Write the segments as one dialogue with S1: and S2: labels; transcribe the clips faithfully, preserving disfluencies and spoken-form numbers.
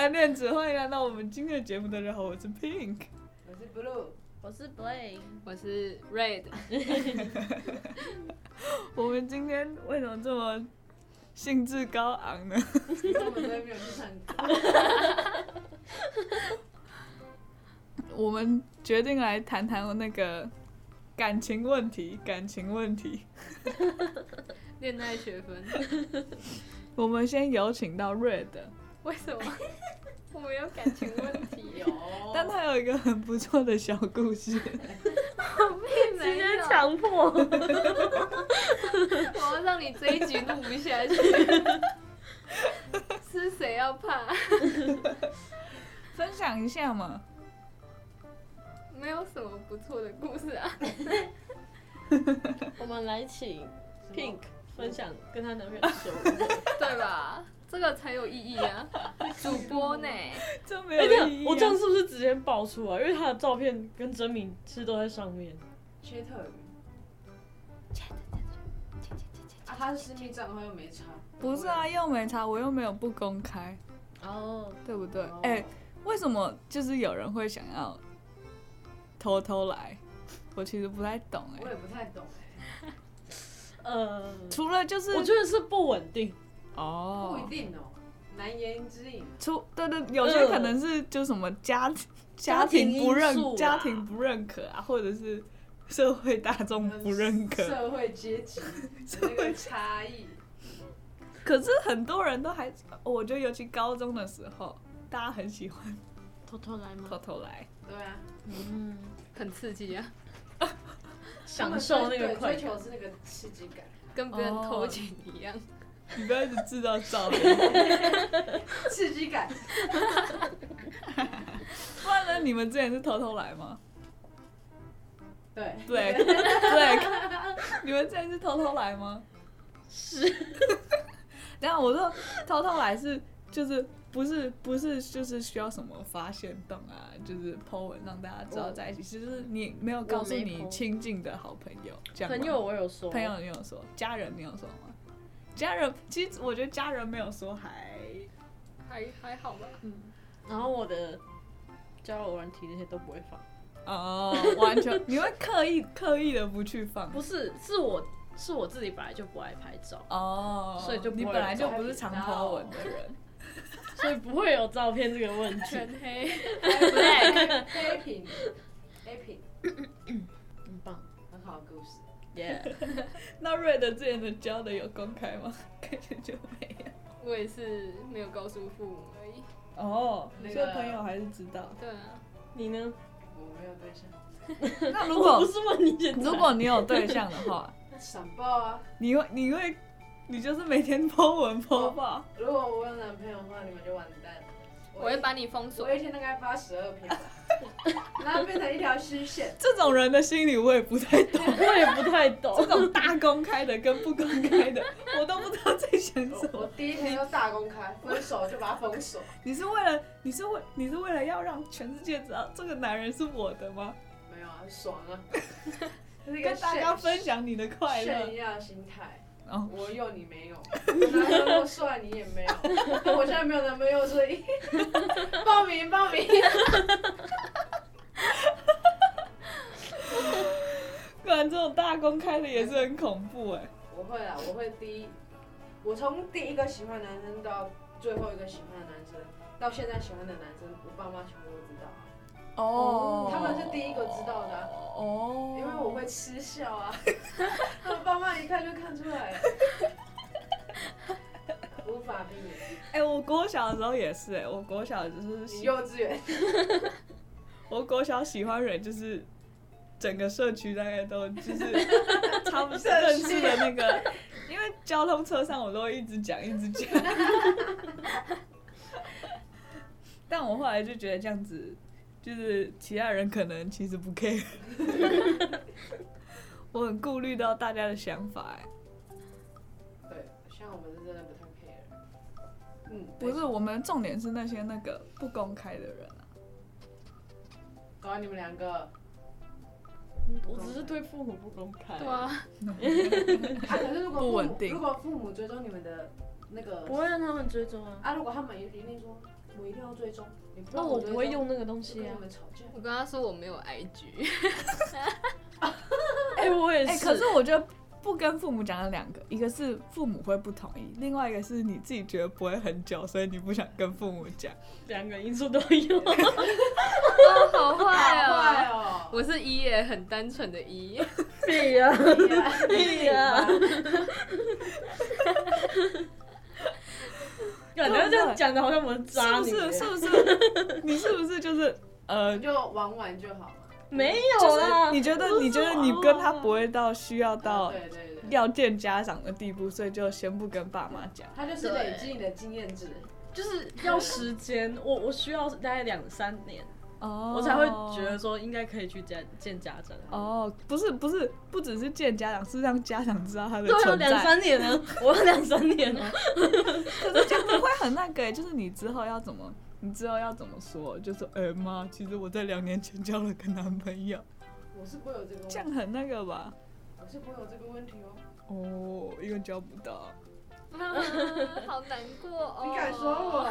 S1: 蓝恋子，欢迎来到我们今天的节目。大家好，我是 Pink，
S2: 我是 Blue，
S3: 我是 Blake，
S4: 我是 Red。
S1: 我们今天为什么这么兴致高昂呢？
S2: 因为我们昨天没有去唱歌。
S1: 我们决定来谈谈那个感情问题，感情问题。
S4: 恋爱学分。
S1: 我们先有请到 Red，
S4: 为什么？我没有感情问题
S2: 有，
S1: 但他有一个很不错的小故事。
S4: 我并没有。
S3: 直接强迫。
S4: 我要让你这一集录不下去。是谁要怕？
S1: 分享一下嘛。
S4: 没有什么不错的故事啊。
S3: 我们来请 Pink 分享跟她男朋友说，
S4: 对吧？这个才有意义啊！主播呢？
S1: 这没有意义、啊。
S3: 我这样是不是直接爆出来？因为他的照片跟真名其实都在上面。
S2: 缺特语。啊，他是私密账号又没查。
S1: 不是啊，又没查，我又没有不公开，
S3: 哦，
S1: 对不对？哎、
S2: 哦
S1: 欸，为什么就是有人会想要偷偷来？我其实不太懂哎、
S2: 我也不太懂哎、
S3: 呃，
S1: 除了就是
S3: 我觉得是不稳定。
S1: 哦，
S2: 不一定哦，难言之隐。
S1: 出对对，有些可能是就什么家家庭不认家庭不认可啊，或者是社会大众不认可，
S2: 社会阶级的那个差异。
S1: 可是很多人都还，我觉得尤其高中的时候，大家很喜欢
S3: 偷偷来吗？
S1: 偷偷来。
S2: 对啊，
S3: 嗯，
S4: 很刺激啊，
S3: 享受那个
S2: 对
S3: 快感。
S2: 追求是那个刺激感。
S4: 跟别人偷情一样。
S1: 你不要一直制造照片，
S2: 刺激感。
S1: 不然呢？你们之前是偷偷来吗？
S2: 对。
S1: 对对，你们之前是偷偷来吗？
S3: 是。
S1: 等一下我说偷偷来是就是不是不是就是需要什么发现洞啊，就是 po 文让大家知道在一起，其实你没有告诉你亲近的好朋友，这样吗？
S3: 朋友我有说，
S1: 朋友你有说，家人你有说吗？家人其实我觉得家人没有说还
S4: 还还好吧。
S3: 嗯，然后我的交友软体那些都不会放。
S1: 哦，完全你会刻意刻意的不去放？
S3: 不是，是我是我自己本来就不爱拍照，
S1: 哦，
S3: 所以就不会
S1: 你本来就不是常 po 文的人，
S3: 所以不会有照片这个问题。
S4: 全黑。
S2: Black。黑屏。黑屏。
S3: 很棒，
S2: 很好的故事。
S3: 耶、
S1: yeah. 那瑞的之前的交的有公开吗？感觉就没有。
S4: 我也是没有告诉父母而已。
S1: 哦，
S2: 那个
S1: 所以朋友还是知道。
S4: 对啊。
S3: 你呢？
S2: 我没有对象。
S1: 那如果
S3: 我不是问你现在，
S1: 如果你有对象的话，
S2: 闪爆啊！
S1: 你会你会你就是每天 po 文 po 爆。
S2: 如果我有男朋友的话，你们就完蛋了。
S4: 我会把你封锁。
S2: 我一天大概发十二篇吧，然后变成一条虚线。
S1: 这种人的心理我也不太懂，
S3: 我也不太懂。
S1: 这种大公开的跟不公开的，我都不知道在想什
S2: 我
S1: 么。
S2: 第一天就大公开，分手就把它封锁。
S1: 你是为了你是为你是为了要让全世界知道这个男人是我的吗？
S2: 没有啊，爽啊！
S1: 跟大家分享你的快乐。
S2: 炫耀心态。
S1: 哦，
S2: 我有你没有，我男朋友那么帅你也没有，我现在没有男朋友，所以报名报名。
S1: 不然这种大公开的也是很恐怖哎。
S2: 我会啦，我会第一，我从第一个喜欢的男生到最后一个喜欢的男生，到现在喜欢的男生，我爸妈全部都知道。
S1: 哦，
S2: 他们是第一个知道的、啊、
S1: 哦，
S2: 因为我会嗤笑啊，他们爸妈一看就看出来了，无法避免。
S1: 哎、欸，我国小的时候也是哎、欸，我国小就是
S2: 你幼稚园，
S1: 我国小喜欢人就是整个社区大概都就是差不多认识的那个，因为交通车上我都会一直讲一直讲，但我后来就觉得这样子。就是其他人可能其实不 care， 我很顾虑到大家的想法哎。
S2: 对，像我们是真的不太 care。嗯，
S1: 不是，我们重点是那些那个不公开的人啊。
S2: 搞完你们两个。
S3: 我只是对父母不公开。
S4: 对啊。
S2: 啊，可是如果父母
S1: 不稳定，
S2: 如果父母追踪你们的那个，
S3: 不会让他们追踪啊。
S2: 啊，如果他们一定说。 我一定要追踪。你不
S3: 那我不会用那个东西啊
S2: 就跟你。们吵架。
S4: 我跟他说我没有 I G，
S3: 哎、我也是。
S1: 哎、可是我觉得不跟父母讲的两个，一个是父母会不同意，另外一个是你自己觉得不会很久，所以你不想跟父母讲。
S3: 两个因素都有。
S4: 哦，好坏
S2: 好坏
S4: 哦。
S2: 哦！
S4: 我是一耶，很单纯的一。
S3: 屁呀、
S2: 哎
S3: 屁呀、感觉这样讲的好像我们渣
S1: 是
S3: 女耶。
S1: 不是？是不是？你是不是就是呃，
S2: 就玩玩就好了。
S3: 没
S1: 就是
S3: 有啦。
S1: 你觉得
S3: 不是
S1: 你觉得你跟他不会到需要到
S2: 对对对，
S1: 要见家长的地步，所以就先不跟爸妈讲。
S2: 他就是累积你的经验值。
S3: 就是要时间，我我需要大概两三年，
S1: 哦
S3: 我才会觉得说应该可以去见见家长。
S1: 哦，不是不是，不只是见家长，是让家长知道他的
S3: 对啊，
S1: 存在。
S3: 两三年呢，我要两三年哦。
S1: 可是这样不会很那个、欸，就是你之后要怎么，你之后要怎么说？就说，哎、欸、妈，其实我在两年前交了个男朋友，
S2: 我是不会有这个问题，
S1: 这样很那个吧？
S2: 我是不会有这个问题哦。
S1: 哦，因为交不到。
S4: 啊好难过哦。
S2: 你敢说我？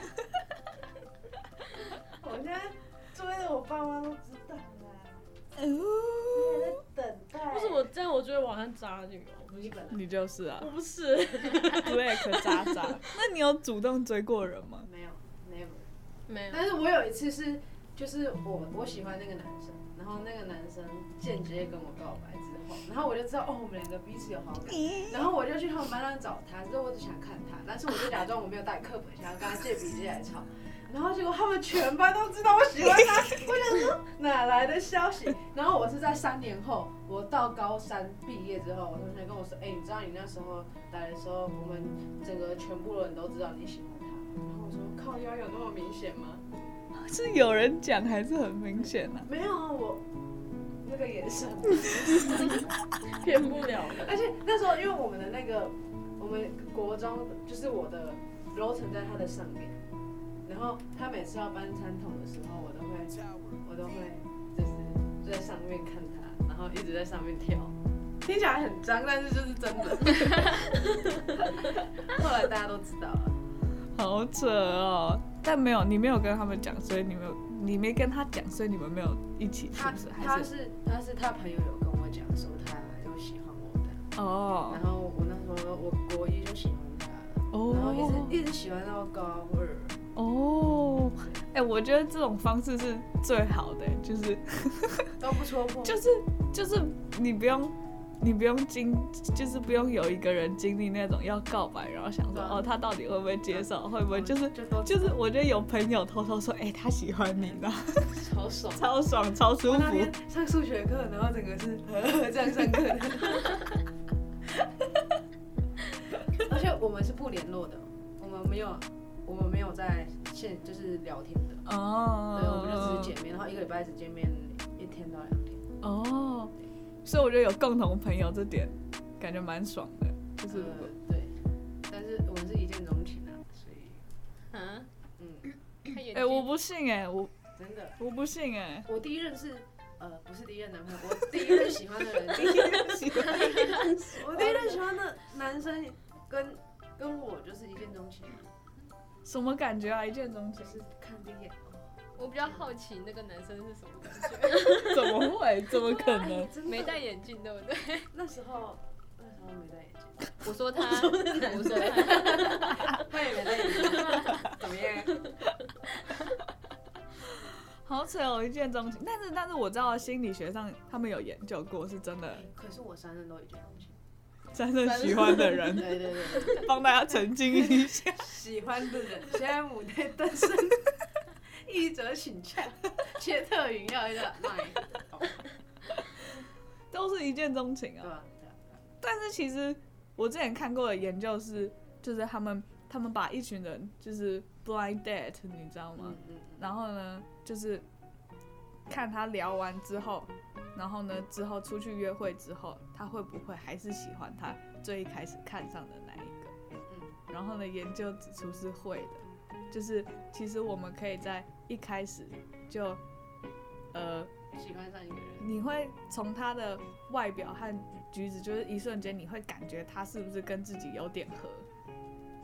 S2: 我现在追的我爸妈都知道啦。我也在等待。
S3: 不是我这样，我觉得我好像渣女哦。
S2: 不是本来
S1: 你就是啊
S3: 我不是。
S1: ，Black 渣渣。那你有主动追过人吗？
S2: 没有，never。
S3: 没有。
S2: 但是我有一次是，就是我我喜欢那个男生，然后那个男生间接跟我告白之后，然后我就知道哦，我们两个彼此有好感，然后我就去他们班上找他，之后我只想看他，但是我就假装我没有带课本，想要跟他借笔记来抄。然后结果他们全班都知道我喜欢他，我想说哪来的消息？然后我是在三年后，我到高三毕业之后，我同学跟我说，哎、欸，你知道你那时候来的时候，我们整个全部人都知道你喜欢他。然后我说靠腰有那么明显吗？
S1: 是有人讲还是很明显啊？
S2: 没有啊，我那个眼神，
S3: 骗不了的。
S2: 而且那时候因为我们的那个我们国中就是我的楼层在他的上面。然后他每次要搬餐桶的时候，我都会，我都会就是在上面看他，然后一直在上面跳，听起来很脏，但是就是真的。后来大家都知道了，
S1: 好扯哦！但没有，你没有跟他们讲，所以你没有，你没跟他讲，所以你们没有一起，是
S2: 他
S1: 不是？
S2: 他
S1: 还是
S2: 是他是他朋友有跟我讲说他有喜欢我的，
S1: 哦
S2: 然后我那时候我国一就喜欢他了，
S1: 哦，
S2: 然后一直一直喜欢到高二。
S1: 哦，哎、欸，我觉得这种方式是最好的、欸，就是
S2: 都不戳破，
S1: 就是就是你不用你不用经，就是不用有一个人经历那种要告白，然后想说、啊、哦他到底会不会接受，会不会就是
S2: 就都
S1: 就是我觉得有朋友偷偷说，哎、欸、他喜欢你，然后
S2: 超爽，
S1: 超爽超舒
S2: 我那
S1: 服。
S2: 天上数学课，然后整个是呵呵这样上课的，而且我们是不联络的，我们没有。我们没有在线，就是聊天的。
S1: 哦，
S2: 对，我们就只是见面，然后一个礼拜只见面一天到两天。
S1: 哦，所以我觉得有共同朋友这点感觉蛮爽的，就是、
S2: 呃、对，但是我们是一见钟情啊，所以，
S4: 啊，
S2: 嗯，
S1: 哎、欸，我不信哎、欸，我
S2: 真的，
S1: 我不信哎、欸，
S2: 我第一任是呃不是第一任男朋友，我第一任喜欢的人，第一任喜欢，我第一任喜欢的男生跟跟我就是一见钟情。
S1: 什么感觉啊？一见钟情？
S2: 是看第一眼。
S4: 我比较好奇那个男生是什么感觉？
S1: 怎么会？怎么可能？
S4: 没戴眼镜，对不对？
S2: 那时候，那时候没戴眼镜。
S4: 我说他，我说他，
S2: 他也没戴眼镜。怎么样？
S1: 好扯哦，一见钟情。但是，但是我知道心理学上他们有研究过，是真的。
S2: 可是我三任都一见钟情。
S1: 真正喜欢的人，
S2: 对对对，
S1: 帮大家澄清一下。
S2: 喜欢的人，现在母胎单身，译者请假，切特云要一个麦，
S1: 都是一见钟情啊。
S2: 对啊，对啊。
S1: 但是其实我之前看过的研究是，就是他们他们把一群人就是 blind date， 你知道吗？
S2: 嗯嗯嗯、
S1: 然后呢，就是看他聊完之后。然后呢，之后出去约会之后，他会不会还是喜欢他最一开始看上的那一个？
S2: 嗯，
S1: 然后呢，研究指出是会的，就是其实我们可以在一开始就，呃，
S2: 喜欢上一个人，
S1: 你会从他的外表和举止，就是一瞬间你会感觉他是不是跟自己有点合，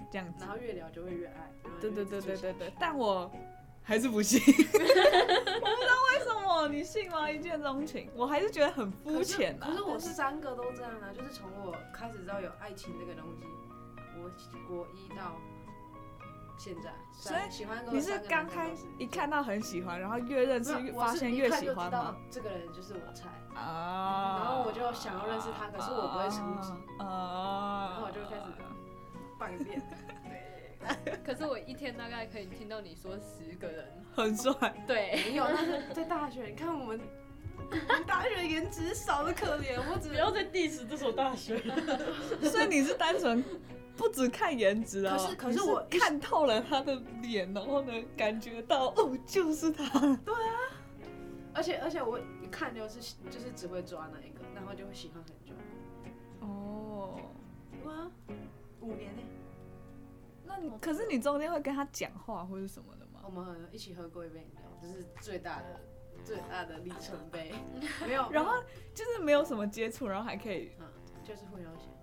S1: 这样子。
S2: 然后越聊就会越爱。
S1: 对对对对对对，但我还是不信，我不知道为什么，你信吗？一见钟情，我还是觉得很肤浅啊。
S2: 可是我三个都这样啊，就是从我开始知道有爱情这个东西，我国一到现在，
S1: 所以
S2: 喜欢过
S1: 你是刚开始一看到很喜欢，然后越认识越发现越喜欢吗？
S2: 这个人就是我菜
S1: 啊，
S2: 然后我就想要认识他，可是我不会出击啊，然后我就开始放一遍。
S4: 可是我一天大概可以听到你说十个人，
S1: 很帅。
S4: 对，
S2: 没有，那是在大学。你看我们大学颜值少的可怜，我只
S3: 不要再 diss 这所大学。
S1: 所以你是单纯不只看颜值啊，
S2: 可是可是我
S1: 看透了他的脸，然后呢，感觉到哦，就是他。
S2: 对啊，而且而且我一看就是就是只会抓那一个，然后就会喜欢很久。
S1: 哦，
S2: 哇，五年呢？
S1: 那你可是你中间会跟他讲话或是什么的吗？
S2: 我们一起喝过一杯饮料，这是最大的最大的里程碑。没有，
S1: 然后就是没有什么接触，然后还可以，
S2: 嗯，就是互相写。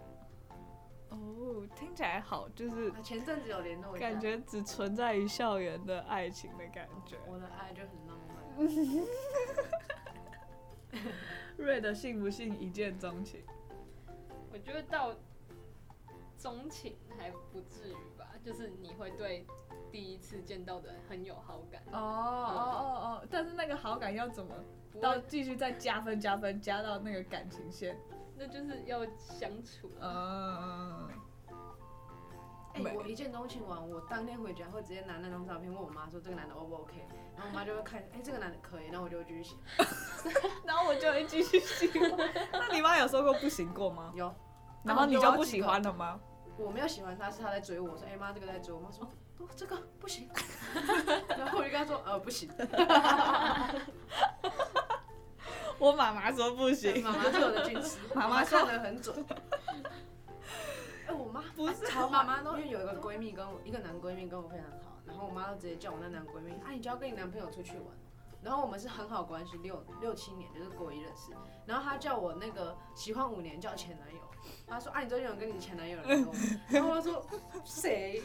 S1: 哦，听起来好，就是
S2: 前阵子有联络一下，
S1: 感觉只存在于校园的爱情的感觉。
S2: 我的爱就很浪漫。
S1: 瑞的信不信一见钟情？
S4: 我觉得到钟情还不至于吧，就是你会对第一次见到的人很有好感。
S1: 哦哦哦哦，但是那个好感要怎么到继续再加分加分加到那个感情线？
S4: 那就是要相处。
S1: 嗯。
S2: 哎、欸，我一见钟情完，我当天回家会直接拿那张照片问我妈说这个男的 O 不 OK， 然后我妈就会看，哎、欸，这个男的可以，然后我就会继续写，
S1: 然后我就会继续喜欢。那你妈有说过不行过吗？
S2: 有。
S1: 然后你就不喜欢了吗？
S2: 我没有喜欢他，是他在追我，我说哎妈、欸、这个在追我，妈说哦这个不行，然后我就跟他说呃不行。
S1: 我妈妈说不行，
S2: 妈妈是我的军师，妈妈看得很准。哎、欸，我妈
S1: 不是，
S2: 我妈妈都因为有一个闺蜜跟我，一个男闺蜜跟我非常好，然后我妈都直接叫我那男闺蜜，啊，你就要跟你男朋友出去玩。然后我们是很好关系，六六七年就是国一认识。然后她叫我那个喜欢五年叫前男友，她说啊，你最近有跟你前男友联络吗？然后我说谁？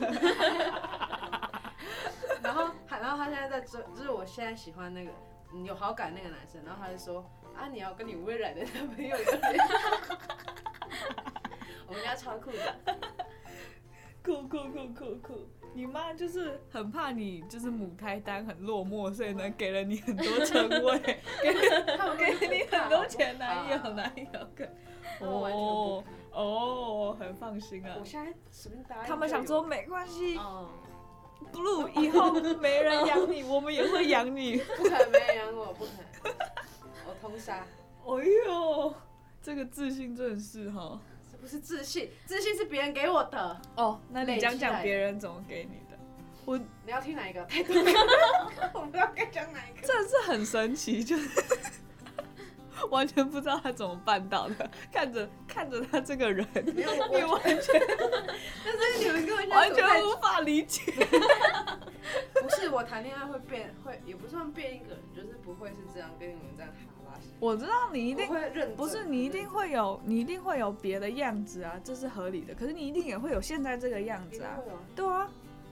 S2: 然后然后她现在在追，就是我现在喜欢那个有好感那个男生，然后她就说啊，你要跟你未来的男朋友有联络。我们家超酷的，
S1: 酷酷酷酷酷！你妈就是很怕你就是母胎单很落寞，所以呢给了你很多称谓，给给你很多前男友男友跟，哦哦，很放心啊。
S2: 我现在随便答应。
S1: 他们想说没关系、
S2: 哦、
S1: ，Blue 以后没人养你，我们也会养你。
S2: 不可能没人养我，不可能，我通杀。
S1: 哎呦，这个自信真的是哈。
S2: 不是自信，自信是别人给我的。
S1: 哦，那你讲讲别人怎么给你的？我
S2: 你要听哪一个？太多了，我不知道该讲哪一个。
S1: 真的是很神奇，就是完全不知道他怎么办到的。看着看着他这个人，
S2: 没有，
S1: 你完全，
S2: 但是你们根本
S1: 完全无法理解。
S2: 不是我谈恋爱会变，会也不算变一个人，就是不会是这样跟你们这样哈拉。
S1: 我知道你一定
S2: 会认，
S1: 不是你一定会有，你一定会有别的样子啊，这是合理的。可是你一定也会有现在这个样子啊，对啊。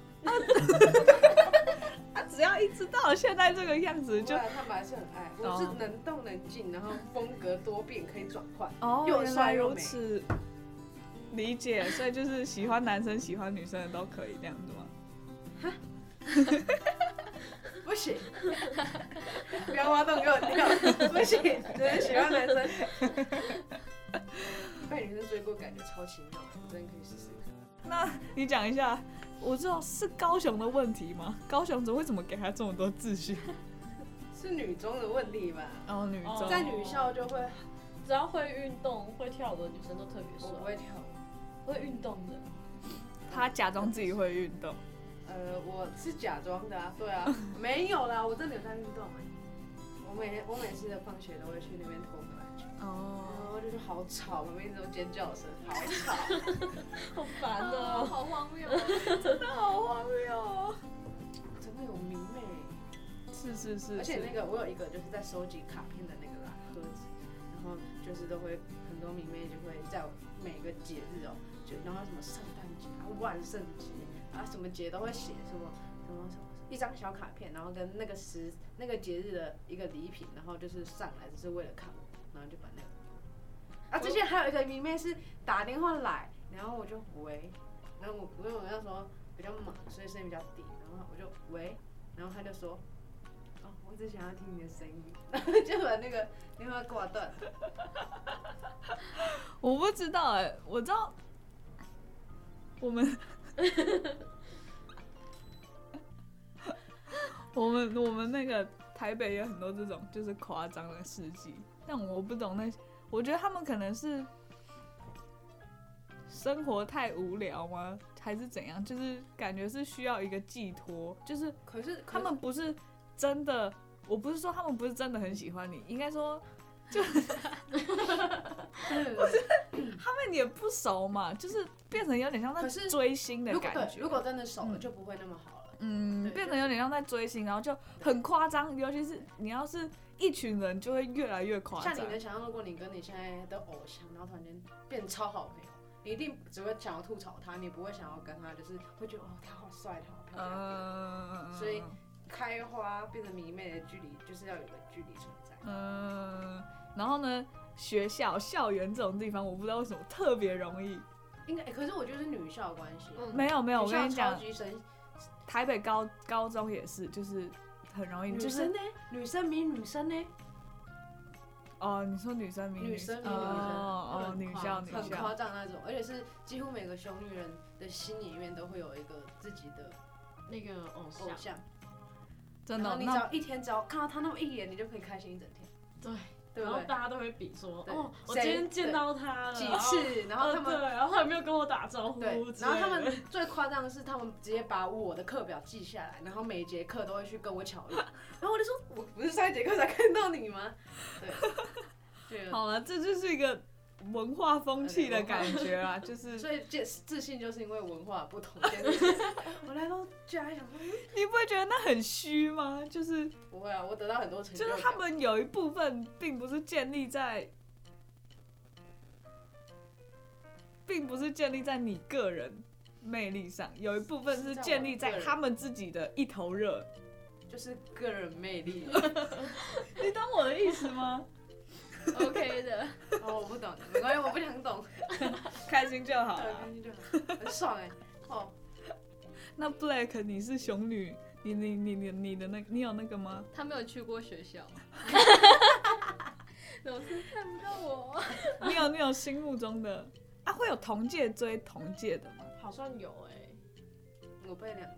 S1: 他只要一知道现在这个样子就，
S2: 他本来是很爱，我是能动能静，然后风格多变，可以转换，
S1: 哦，
S2: 又帅又美。
S1: 理解，所以就是喜欢男生、喜欢女生的都可以这样子吗？
S2: 哈，不行，不要挖洞给我跳，不行，只能喜欢男生。被女生追过，感觉超奇妙，我真的可以试试看。
S1: 那你讲一下，我知道是高雄的问题吗？高雄怎么会怎么给他这么多自信？
S2: 是女中的问题吧？
S1: 哦，女中，
S2: 在女校就会，
S3: 只要会运动、会跳舞的女生都特别帅。
S2: 我不会跳
S3: 舞，会运动的。
S1: 他假装自己会运动。
S2: 呃，我是假装的啊，对啊，没有啦，我真的有在运动哎、欸。我每我每次的放学都会去那边投个篮球。哦。然后就是好吵，旁边一直都尖叫声，好吵，
S3: 好烦哦、
S4: 喔，好荒谬，
S1: 真的好荒谬，
S2: 真的有迷妹。
S1: 是是是。
S2: 而且那个我有一个就是在收集卡片的那个啦盒子，然后就就是都会很多迷妹就会在每个节日哦、喔，就然后什么圣诞节啊、万圣节啊，什么节都会写什么什么什么一张小卡片，然后跟那个时那个节日的一个礼品，然后就是上来只是为了看我，然后就把那个啊，之前还有一个迷妹是打电话来，然后我就喂，然后我因为我那时候比较忙，所以声音比较低，然后我就喂，然后他就说。哦，我只想要听你的声音，然后就把那个电话挂断了。
S1: 我不知道哎、欸，我知道我们我们我们那个台北有很多这种就是夸张的事迹，但我不懂那，我觉得他们可能是生活太无聊吗？还是怎样？就是感觉是需要一个寄托，就是
S2: 可是
S1: 他们不是。真的，我不是说他们不是真的很喜欢你，应该说，就不是他们也不熟嘛，就是变成有点像在追星的感觉。
S2: 如果真的熟了，就不会那么好了。
S1: 嗯，变成有点像在追星，然后就很夸张，尤其是你要是一群人，就会越来越夸张。
S2: 像你能想象，如果你跟你现在的偶像，然后突然间变超好朋友，你一定只会想要吐槽他，你不会想要跟他，就是会觉得哦，他好帅，他好漂亮。嗯，所以。开花变成迷妹的距离，就是要有个距离存在。
S1: 嗯，然后呢，学校、校园这种地方，我不知道为什么特别容易。
S2: 应该、欸，可是我觉得是女校关系、
S1: 嗯。没有没有，我跟你讲，
S2: 神
S1: 台北高高中也是，就是很容易。
S2: 女生呢？女生迷女生呢？
S1: 哦，你说女生迷
S2: 女生迷女生，
S1: 哦哦，女校女校，
S2: 很夸张那种，而且是几乎每个熊女人的心里面都会有一个自己的
S3: 那个偶像。
S2: 偶像
S1: 真的，
S2: 然后你只要一天只要看到他那么一眼，你就可以开心一整天。
S3: 对，
S2: 对
S3: 然后大家都会比说，哦，我
S2: 今
S3: 天见到他了
S2: 几次，然后他们，
S3: 对，然后他有没有跟我打招呼？
S2: 对，然后他们最夸张的是，他们直接把我的课表记下来，然后每一节课都会去跟我巧遇，然后我就说，我不是上一节课才看到你吗？对，
S1: 好了，这就是一个。文化风气的感觉啊，就是
S2: 所以自信就是因为文化不同。我来到居然想说，
S1: 你不会觉得那很虚吗？就是
S2: 不会啊，我得到很多成就感。
S1: 就是他们有一部分并不是建立在，并不是建立在你个人魅力上，有一部分是建立在他们自己的一头热，
S2: 就是个人魅力。
S1: 你懂我的意思吗？
S4: OK 的，
S2: 哦，我不懂，没关系，我不想懂，
S1: 开心就好，
S2: 开心就好，很爽哎、欸，哦。
S1: 那 Black 你是熊女，你你你你你的那你有那个吗？
S4: 他没有去过学校，老师看不到我。
S1: 你有你有心目中的啊？会有同届追同届的吗？
S3: 好像有哎、欸，
S2: 我被两。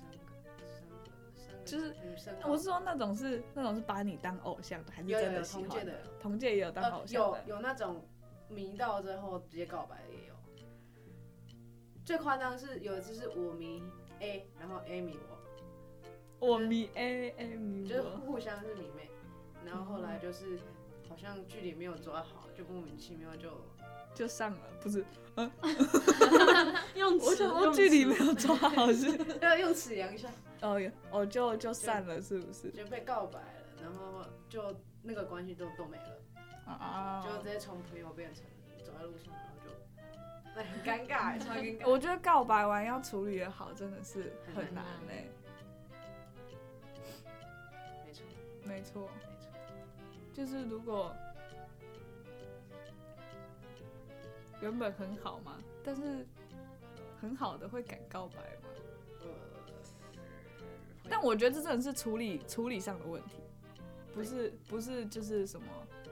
S1: 就是我是说那种是那种是把你当偶像的，还是真的喜欢的？同届也有当偶像的、
S2: 呃，有有那种迷到最后直接告白的也有。最夸张的是有一次是我迷 A， 然后 A 迷我，
S1: 我迷 A，A 迷我，
S2: 就是互相是迷妹，然后后来就是好像距离没有抓好，就莫名其妙就
S1: 就上了，不是？嗯，
S3: 用
S1: 我想说距离没有抓好是
S2: 要用尺量一下。
S1: 哦哦，就就散了，是不是？
S2: 就被告白了，然后就那个关系都都没了，啊，就直接从朋友变成走在路上，然后就，那很尴尬，超尴尬。
S1: 我觉得告白完要处理得好，真的是很难嘞。
S2: 没错，
S1: 没错，没错，就是如果原本很好嘛，但是很好的会敢告白吗？但我觉得这真的是处理处理上的问题，不是不是就是什么，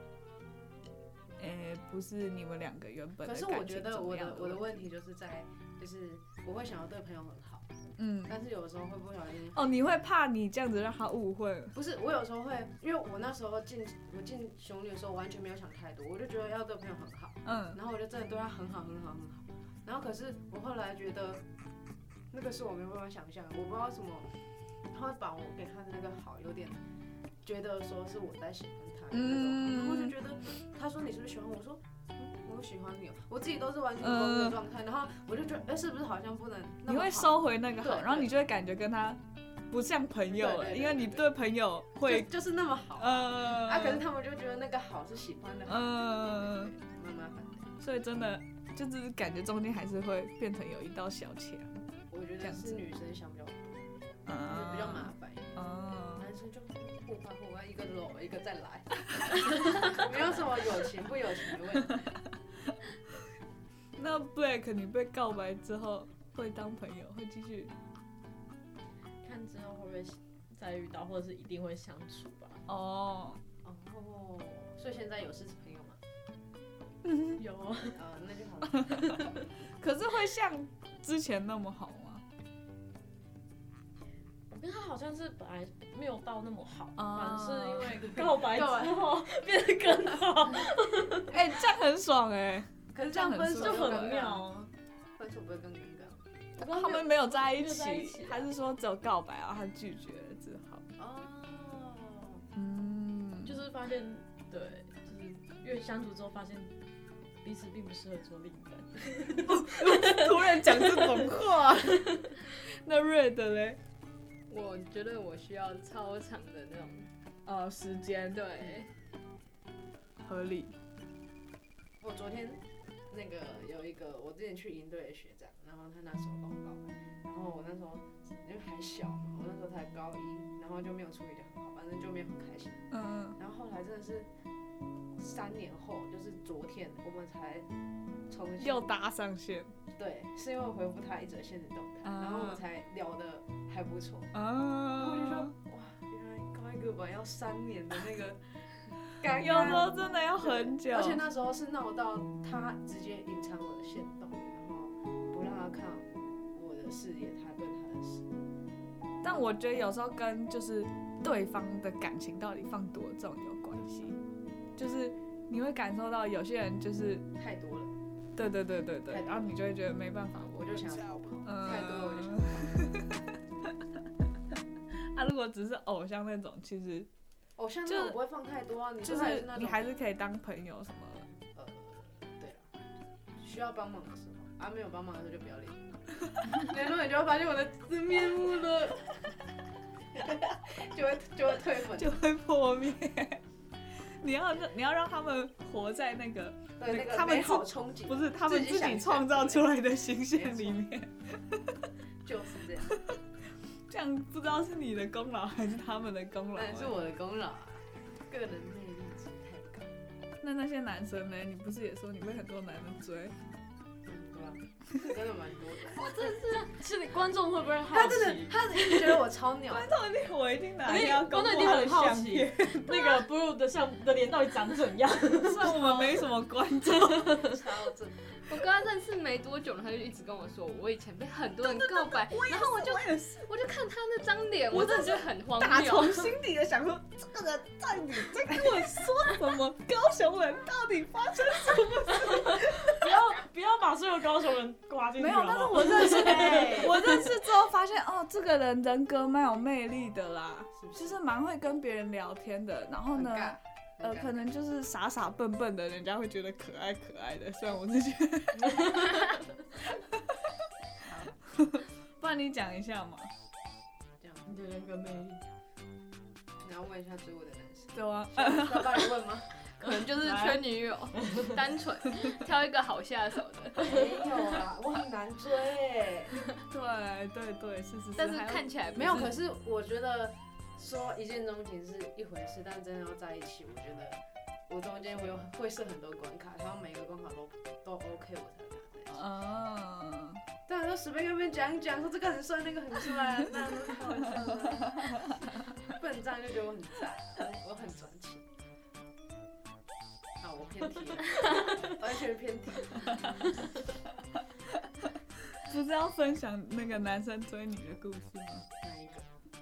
S1: 诶、欸，不是你们两个原本的感情。可是我觉
S2: 得我的我的问题就是在，就是我会想要对朋友很好，嗯，但是有的时候会不小心。
S1: 哦，你会怕你这样子让他误会？
S2: 不是，我有时候会，因为我那时候进我进熊女的时候，完全没有想太多，我就觉得要对朋友很好，嗯，然后我就真的对他很好很好很好，然后可是我后来觉得，那个是我没有办法想象，我不知道什么。他会把我给他的那个好有点觉得说是我在喜欢他的那种好，然后就觉得他说你是不是喜欢我？我说嗯，我喜欢你哦，我自己都是完全懵的状态，然后我就觉得哎、欸，是不是好像不能那么好？
S1: 你会收回那个好，然后你就会感觉跟他不像朋友了，对对对对对，因为你对朋友会
S2: 就, 就是那么好，呃，啊，可是他们就觉得那个好是喜欢的好，嗯， 烦的。
S1: 所以真的就是感觉中间还是会变成有一道小墙。
S2: 我觉得是女生想比较多，
S1: 啊，
S2: 比较麻烦。
S1: 啊，
S2: 男生就互换互换，一个搂一个再来，没有什么友情不友情的问题。
S1: 那 Black 你被告白之后会当朋友，会继续？
S3: 看之后会不会再遇到，或者是一定会相处吧。
S1: 哦
S2: 哦，所以现在有是朋友吗？
S3: 有，
S2: 呃，那就好了。
S1: 可是会像之前那么好吗？
S3: 我跟他好像是本来没有到那么好，
S1: 啊
S3: 反而是因为告白之后变得更好。
S1: 哎、欸，这样很爽哎、欸。
S2: 可是这样分手
S3: 就很妙啊，
S2: 分手不会更尴尬？
S1: 他们没有在一
S3: 没有在一
S1: 起，
S3: 起啊
S1: 还是说只有告白，然后他拒绝了之后？
S2: 哦，
S1: 嗯，
S3: 就是发现，对，就是越相处之后发现彼此并不适合做另一半。
S1: 突然讲这种话，那 Red 嘞？
S4: 我觉得我需要超长的那种
S1: 呃时间，
S4: 对，
S1: 合理。
S2: 我昨天那个有一个我之前去营队的学长，然后他那时候跟我告白，然后我那时候因为还小嘛，我那时候才高一，然后就没有处理得很好，反正就没有很开心。
S1: 嗯，
S2: 然后后来真的是三年后，就是昨天我们才重新
S1: 又搭上线
S2: 对，是因为我回复他一则现实动态，
S1: 啊
S2: 然后我们才聊得还不错。
S1: 啊，
S2: 然后我就说哇，原来高一个班要三年的那个尴尬，
S1: 有时候真的要很久，
S2: 而且那时候是闹到他直接隐藏我的限动，然后不让他看我的视野，他跟他的事。
S1: 但我觉得有时候跟就是对方的感情到底放多重有关系，就是你会感受到有些人就是
S2: 太多了，
S1: 对对对对对，
S2: 太多了
S1: 然后你就会觉得没办法，
S2: 我就想逃跑，
S1: 嗯，
S2: 太多了我就想逃跑。
S1: 啊，如果只是偶像那种，其实
S2: 偶像那种不会放太多啊，你
S1: 就
S2: 都还是那种
S1: 是你还是可以当朋友什么的。
S2: 呃，对了，需要帮忙的时候，啊没有帮忙的时候就不要联络，联络你就会发现我的真面目了，就会就会退粉，
S1: 就会破灭。你要你要让他们活在那个
S2: 对那个
S1: 他们
S2: 美好憧憬，
S1: 不是他们自己创造出来的形象里面，
S2: 就是这样，
S1: 这样不知道是你的功劳还是他们的功劳、
S2: 那是我的功劳啊，个人魅力值太高，
S1: 那那些男生呢？你不是也说你被很多男人追？
S2: 嗯，对吧？真的蛮多的。
S3: 是观众会不会好
S2: 他真的
S3: 奇？，
S2: 他一定觉得我超鸟。
S1: 观众一定我一定拿
S3: 我一定
S1: 要公布
S3: 观众一定
S1: 他的
S3: 很好奇
S1: 相片，
S3: 那个 Blue 的相的脸到底长怎样？
S1: 虽然我们没什么观众，
S2: 超正，
S4: 我跟他认识没多久，他就一直跟我说，我以前被很多人告白，然后我就
S1: 我也是
S4: 我就看他那张脸，
S1: 我
S4: 我真的觉得很荒
S1: 打
S4: 谬。
S1: 从心底的想说，这个人到底在跟我说什么？高雄人到底发生什么？
S3: 不要不要把所有高雄人刮进去
S1: 没有，
S3: 好不好
S1: 但是我认识，我认识之后发现，哦，这个人人格蛮有魅力的啦，
S2: 是不是
S1: 就是蛮会跟别人聊天的。然后呢，
S2: 很尬，
S1: 呃，
S2: 很尬
S1: 可能就是傻傻笨笨的，人家会觉得可爱可爱的。虽然我是觉得，不然你讲一下嘛。
S2: 这样，
S3: 你的人格魅力，
S2: 然后问一下追我的男生，
S1: 对啊，
S2: 要帮你问吗？
S4: 可能就是缺女友，单纯挑一个好下手的，
S2: 没有啊，我很难追诶。
S1: 对对对，是是是。
S4: 但是
S1: 还有
S4: 看起来不
S2: 没有，可是我觉得说一见钟情是一回事，但真的要在一起，我觉得我中间我有会设很多关卡，然后每个关卡都都 OK，我才会跟他在一起。
S1: 啊，
S2: 当然说随便跟别人讲一讲，说这个很帅，那个很帅，当然都是开玩笑的。不能这样就觉得我很赞，我很专情。好，我偏题了，完全偏题。
S1: 不是要分享那个男生追你的故事吗？
S2: 哪一个？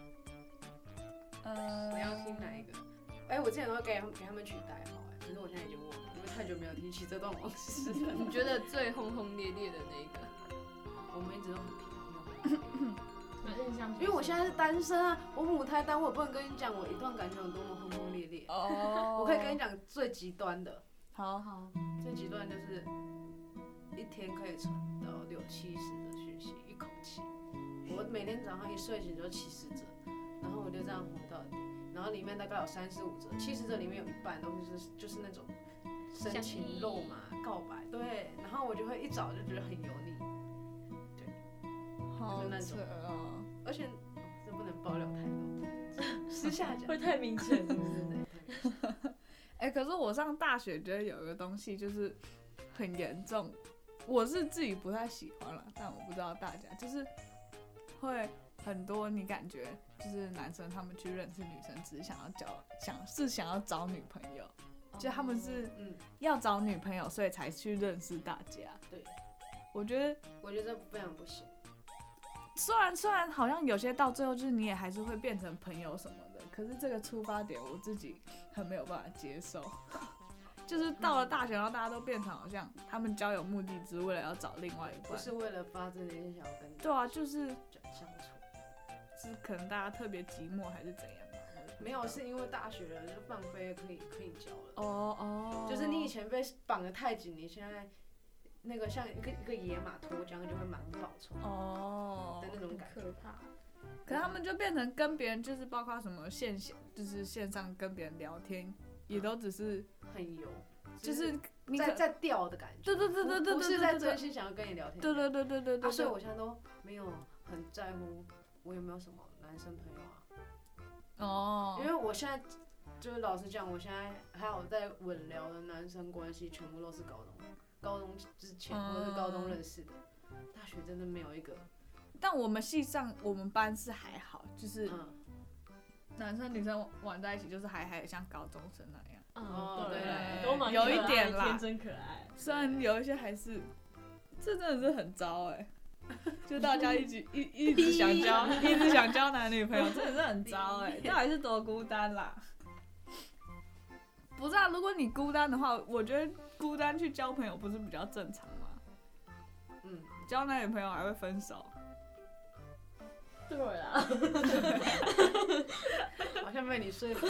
S1: 呃，
S2: 你要听哪一个？哎、我之前都会给他们给他们取代号，哎，可是我现在已经忘了，因为太久没有提起这段往事了。
S4: 你觉得最轰轰烈烈的那一个？
S2: 我们一直都很平，没有很
S3: 有印象。
S2: 因为我现在是单身啊，我母胎单，我不能跟你讲我一段感情有多么轰轰烈烈。
S1: 哦，
S2: 我可以跟你讲最极端的，
S1: 好好，
S2: 最极端就是一天可以传到六七十的讯息，一口气。我每天早上一睡醒就七十折，然后我就这样活到底。然后里面大概有三十五折，七十折里面有一半都是就是那种深情肉麻告白，对，然后我就会一早就觉得很油腻，
S1: 好
S2: 就是那种
S1: 扯哦。
S2: 而且、哦、这不能爆料太多，私下讲
S3: 会太明显，是不是？
S1: 哎、欸，可是我上大学觉得有一个东西就是很严重，我是自己不太喜欢了，但我不知道大家就是会很多，你感觉就是男生他们去认识女生，只是想要交，想是想要找女朋友，就他们是要找女朋友，所以才去认识大家。
S2: 对，
S1: 我觉得，
S2: 我觉得这非常不行。
S1: 虽然虽然好像有些到最后就是你也还是会变成朋友什么的，可是这个出发点我自己很没有办法接受。就是到了大学，然后大家都变成好像他们交友目的只是为了要找另外一半，
S2: 不是为了发自内心想要跟你。
S1: 对啊，就是
S2: 相处，
S1: 是可能大家特别寂寞还是怎样？
S2: 没有，是因为大学了就放飞可以可以交了。
S1: 哦哦，
S2: 就是你以前被绑得太紧，你现在那个像一个一个野马脱缰就会马上爆冲
S1: 哦
S2: 的那种感觉。
S3: 可怕。
S1: 可是他们就变成跟别人，就是包括什么线下，就是线上跟别人聊天，也都只是
S2: 很油，
S1: 就是你
S2: 在在钓的感觉。
S1: 对对对对对对，
S2: 不是在真心想要跟你聊天。
S1: 对对对对对对。
S2: 啊，所以我现在都没有很在乎我有没有什么男生朋友啊。
S1: 哦。
S2: 因为我现在就是老实讲，我现在还有在稳聊的男生关系，全部都是高中、高中之前或者高中认识的，大学真的没有一个。
S1: 但我们系上我们班是还好，就是男生女生玩在一起，就是还还像高中生那样。
S2: 哦，对
S1: 对，
S3: 都蛮
S1: 有一点啦，
S3: 天真可爱。
S1: 虽然有一些还是，这真的是很糟哎、欸，就大家一直一一直想交，一直想交男女朋友，真的是很糟哎、欸，到底是多孤单啦？不是啊，如果你孤单的话，我觉得孤单去交朋友不是比较正常吗？
S2: 嗯，
S1: 交男女朋友还会分手。
S3: 对啦，
S2: 好像被你说服。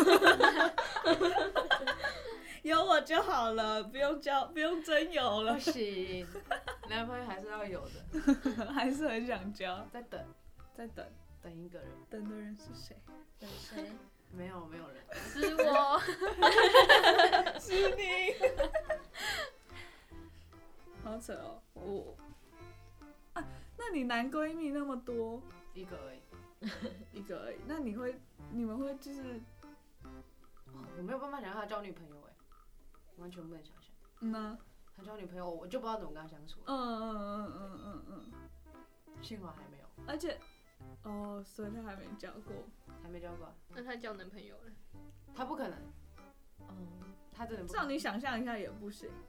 S1: 有我就好了，不用交，不用真有了。
S2: 不行，男朋友还是要有的。
S1: 还是很想交，
S2: 在等，
S1: 在等，
S2: 等一个人。
S1: 等的人是谁？
S3: 等谁？
S2: 没有，没有人。
S4: 是我。
S1: 是你。好扯哦，我啊，那你男闺蜜那么多？
S2: 一个而已，
S1: 一个而已。那你会，你们会就是，
S2: 哦、我没有办法想让他交女朋友哎，完全不能想象。
S1: 嗯呢、啊？
S2: 他交女朋友，我就不知道怎么跟他相处。
S1: 嗯嗯嗯嗯嗯嗯。
S2: 幸好还没有。
S1: 而且，哦，所以他还没交过。
S2: 还没交过。
S4: 那他交男朋友了？
S2: 他不可能。嗯，他真的不可能。
S1: 让你想象一下也不行。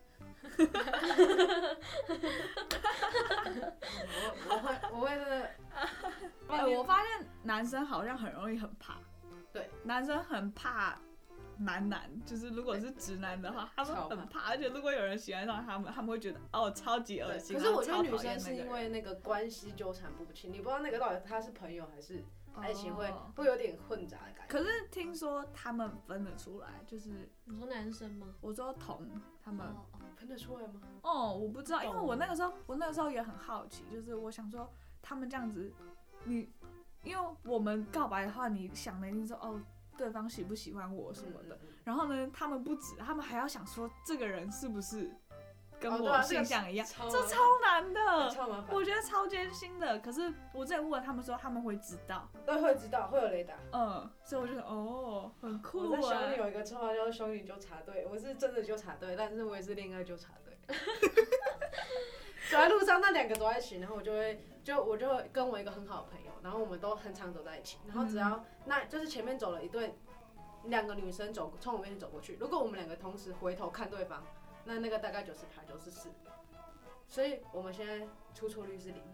S2: 我我会我会真的，
S1: 哎、我发现男生好像很容易很怕，
S2: 对，
S1: 男生很怕男男，就是如果是直男的话，他们很怕，而且如果有人喜欢上他们，他们会觉得哦超级恶心。
S2: 可是我觉得女生是因为那个关系纠缠不清，你不知道那个到底他是朋友还是爱情会、哦、会有点混杂的感觉。
S1: 可是听说他们分得出来，就是
S3: 你说男生吗？
S1: 我说同他们。
S2: 哦分得出来吗？
S1: 哦，我不知道，因为我那个时候，我那个时候也很好奇，就是我想说，他们这样子，你，因为我们告白的话，你想的一定是哦，对方喜不喜欢我什么的，嗯嗯嗯然后呢，他们不止，他们还要想说这个人是不是跟我形象一样，哦啊、这, 这超难的，
S2: 超麻烦，
S1: 我觉得超艰辛的。可是我之前问他们说，他们会知道，
S2: 对，会知道，会有雷达，
S1: 嗯，所以我就觉得哦，很酷、欸。
S2: 我在小女有一个绰号叫兄弟纠察队，我是真的纠察队，但是我也是恋爱纠察队。走在路上，那两个走在一起，然后我就会，就我就会跟我一个很好的朋友，然后我们都很常走在一起，然后只要、嗯、那就是前面走了一对两个女生走从我面前走过去，如果我们两个同时回头看对方，那那个大概九十趴就是四，所以我们现在出错率是零。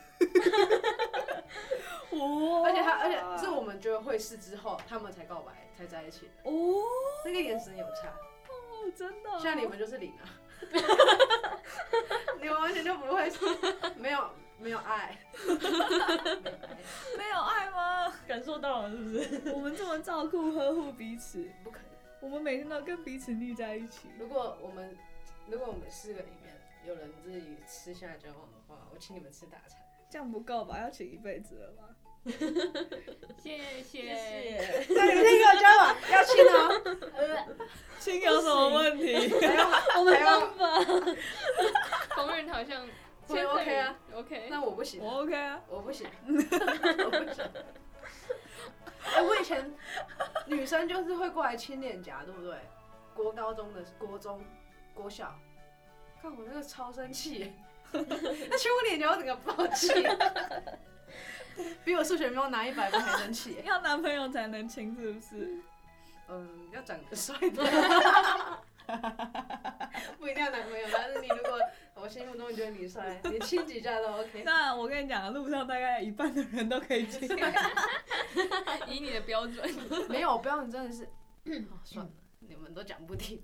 S2: 而且他，而且是我们觉得会试之后，他们才告白才在一起的。哦，那个眼神有差。
S1: 哦，真的、哦。
S2: 像你们就是零啊。你们完全就不会，没有没有爱。
S1: 没有爱吗？
S3: 感受到了是不是？
S1: 我们这么照顾呵护彼此，
S2: 不可能。
S1: 我们每天都跟彼此腻在一起。
S2: 如果我们如果我们四个里面有人自己私下交往的话，我请你们吃大餐。
S1: 这样不够吧？要请一辈子了吧？
S4: 谢谢。
S2: 那你们先给我交往，要亲哦。
S1: 亲有什么问题？
S3: 我没办法。
S4: 公认好像
S2: 会 OK 啊
S4: ，OK。
S2: 那我不行，
S1: 我 OK 啊，
S2: 我不行，我不行。哎、欸，我以前女生就是会过来亲脸颊，对不对？国高中的国中、国小，看我那个超生气耶，他亲我脸颊，我整个爆气，比我数学没有拿一百分还生气耶。
S1: 要男朋友才能亲是不是？
S2: 嗯，要长得帅的，不一定要男朋友，但是你如果我心目中觉得你帅，你亲几下都 OK。
S1: 那我跟你讲，路上大概一半的人都可以亲。
S4: 以你的标准，
S2: 没有标准真的是，哦，算了，你们都讲不听。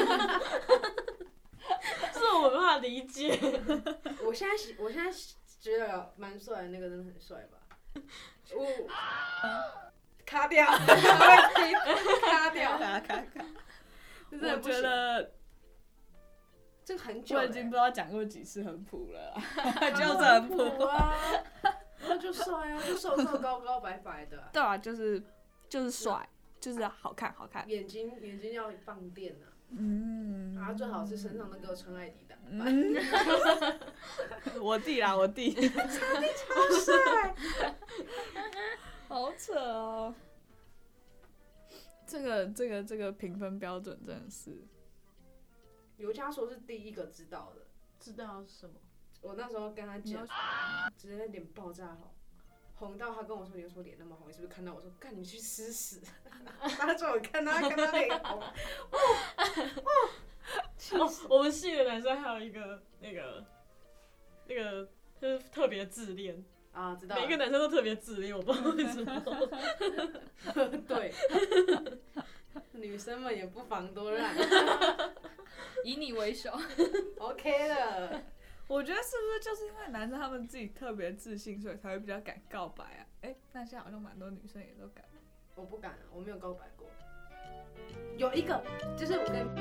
S3: 是我没办法理解。
S2: 我现在喜，我现在觉得蛮帅的那个真的很帅吧？我卡掉，卡掉，
S1: 卡卡卡。
S2: 我
S1: 觉得
S2: 这个很久，
S1: 我已经不知道讲过几次很普了，就是很普
S2: 啊。那就帅啊，就瘦瘦高高白白的。
S1: 对啊，就是就是帅，就是好看好看。
S2: 眼睛眼睛要放电啊。
S1: 嗯。
S2: 啊，最好是身上能够穿艾迪达。
S1: 嗯。我弟啦，我弟。
S2: 超帅。
S1: 好扯哦。这个这个这个评分标准真的是。
S2: 尤嘉说是第一个知道的。
S3: 知道什么？
S2: 我那时候跟他讲，直接脸爆炸红，红到他跟我说：“你为什么脸那么红？你是不是看到我说，干你去吃屎？”他说我看到他看到脸红，哦
S3: 哦，我们系的男生还有一个那个那个就是特别自恋
S2: 啊，知道。
S3: 每一个男生都特别自恋，我不知道为什么。
S2: 对，女生们也不妨多让。
S4: 以你为首
S2: ，OK 了。
S1: 我觉得是不是就是因为男生他们自己特别自信，所以才会比较敢告白啊？哎、欸，那现在好像蛮多女生也都敢。
S2: 我不敢、啊，我没有告白过。有一个就是我跟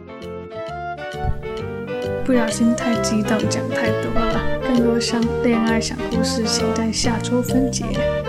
S5: 不小心太激动，讲太多了。更多想恋爱、想故事，请在下周分解。